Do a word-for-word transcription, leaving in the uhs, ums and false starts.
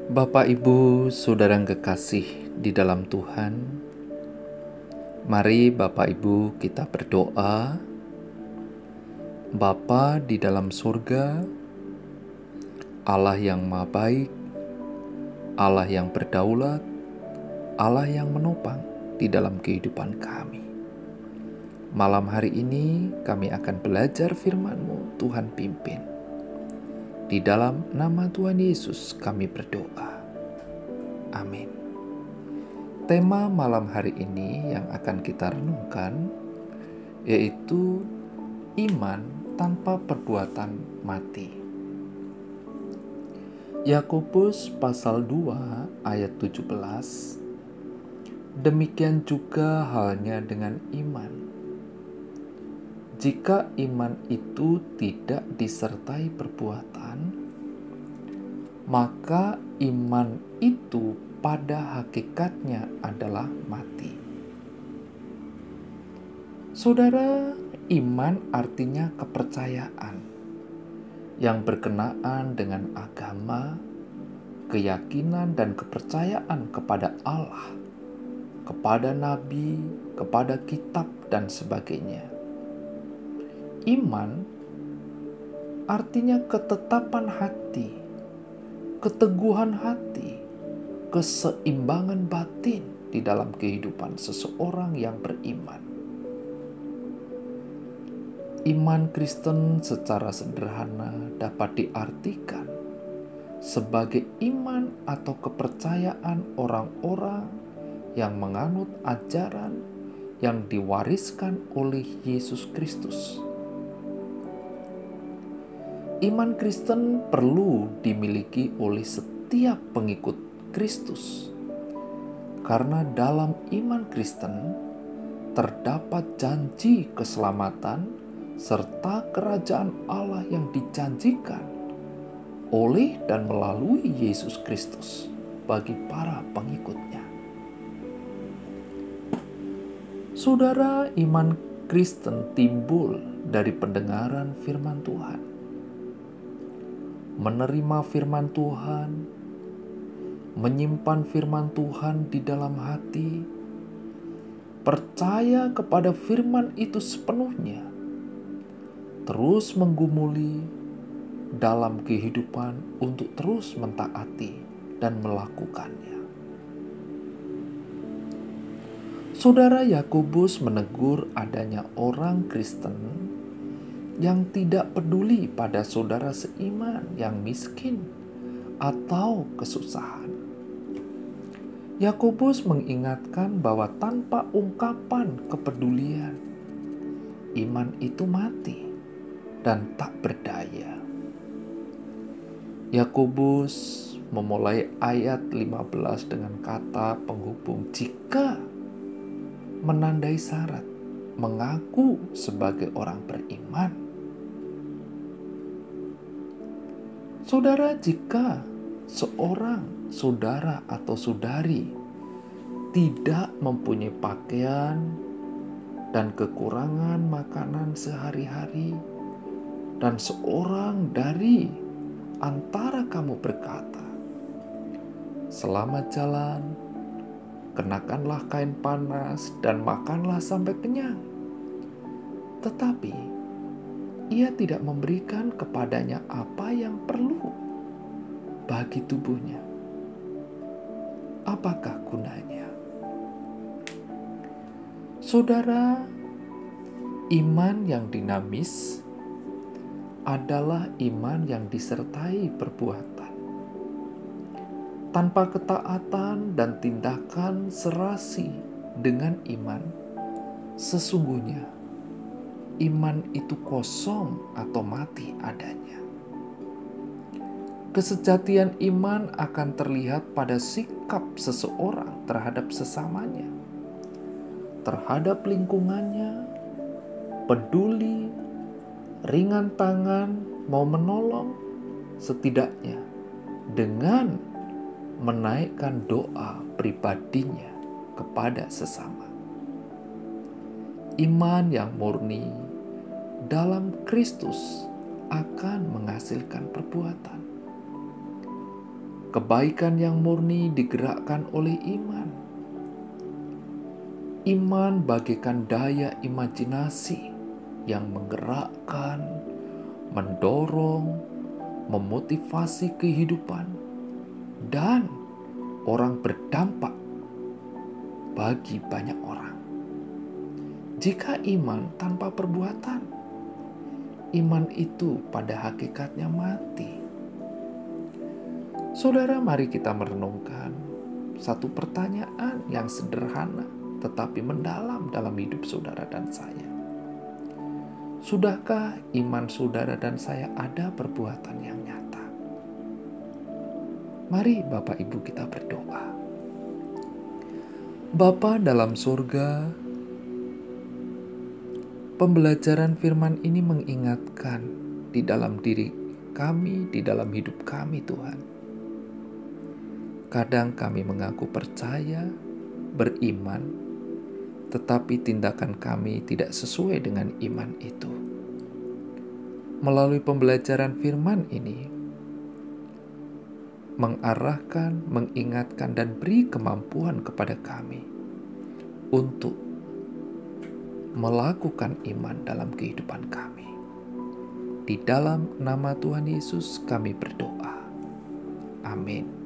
Bapak, Ibu, Saudara yang kekasih di dalam Tuhan, mari Bapak Ibu kita berdoa. Bapa di dalam surga, Allah yang Maha Baik, Allah yang berdaulat, Allah yang menopang di dalam kehidupan kami. Malam hari ini kami akan belajar firman-Mu, Tuhan pimpin. Di dalam nama Tuhan Yesus kami berdoa. Amin. Tema malam hari ini yang akan kita renungkan yaitu iman tanpa perbuatan mati. Yakobus pasal dua ayat tujuh belas. Demikian juga halnya dengan iman. Jika iman itu tidak disertai perbuatan, maka iman itu pada hakikatnya adalah mati. Saudara, iman artinya kepercayaan yang berkenaan dengan agama, keyakinan dan kepercayaan kepada Allah, kepada nabi, kepada kitab dan sebagainya. Iman artinya ketetapan hati, keteguhan hati, keseimbangan batin di dalam kehidupan seseorang yang beriman. Iman Kristen secara sederhana dapat diartikan sebagai iman atau kepercayaan orang-orang yang menganut ajaran yang diwariskan oleh Yesus Kristus. Iman Kristen perlu dimiliki oleh setiap pengikut Kristus, karena dalam iman Kristen terdapat janji keselamatan serta kerajaan Allah yang dijanjikan oleh dan melalui Yesus Kristus bagi para pengikutnya. Saudara, iman Kristen timbul dari pendengaran firman Tuhan. Menerima firman Tuhan, menyimpan firman Tuhan di dalam hati, percaya kepada firman itu sepenuhnya, terus menggumuli dalam kehidupan untuk terus mentaati dan melakukannya. Saudara, Yakobus menegur adanya orang Kristen yang tidak peduli pada saudara seiman yang miskin atau kesusahan. Yakobus mengingatkan bahwa tanpa ungkapan kepedulian, iman itu mati dan tak berdaya. Yakobus memulai ayat lima belas dengan kata penghubung jika menandai syarat mengaku sebagai orang beriman. Saudara, jika seorang saudara atau saudari tidak mempunyai pakaian dan kekurangan makanan sehari-hari, dan seorang dari antara kamu berkata, "Selamat jalan, kenakanlah kain panas dan makanlah sampai kenyang," tetapi ia tidak memberikan kepadanya apa yang perlu bagi tubuhnya, apakah gunanya? Saudara, iman yang dinamis adalah iman yang disertai perbuatan. Tanpa ketaatan dan tindakan serasi dengan iman, sesungguhnya iman itu kosong atau mati adanya. Kesejatian iman akan terlihat pada sikap seseorang terhadap sesamanya, terhadap lingkungannya, peduli, ringan tangan, mau menolong, setidaknya dengan menaikkan doa pribadinya kepada sesama. Iman yang murni dalam Kristus akan menghasilkan perbuatan. Kebaikan yang murni digerakkan oleh iman. Iman bagaikan daya imajinasi yang menggerakkan, mendorong, memotivasi kehidupan, dan orang berdampak bagi banyak orang. Jika iman tanpa perbuatan, iman itu pada hakikatnya mati. Saudara, mari kita merenungkan satu pertanyaan yang sederhana tetapi mendalam dalam hidup saudara dan saya. Sudahkah iman saudara dan saya ada perbuatan yang nyata? Mari Bapak Ibu kita berdoa. Bapa dalam surga, pembelajaran firman ini mengingatkan di dalam diri kami, di dalam hidup kami Tuhan. Kadang kami mengaku percaya, beriman, tetapi tindakan kami tidak sesuai dengan iman itu. Melalui pembelajaran firman ini, mengarahkan, mengingatkan, dan beri kemampuan kepada kami untuk melakukan iman dalam kehidupan kami. Di dalam nama Tuhan Yesus kami berdoa. Amin.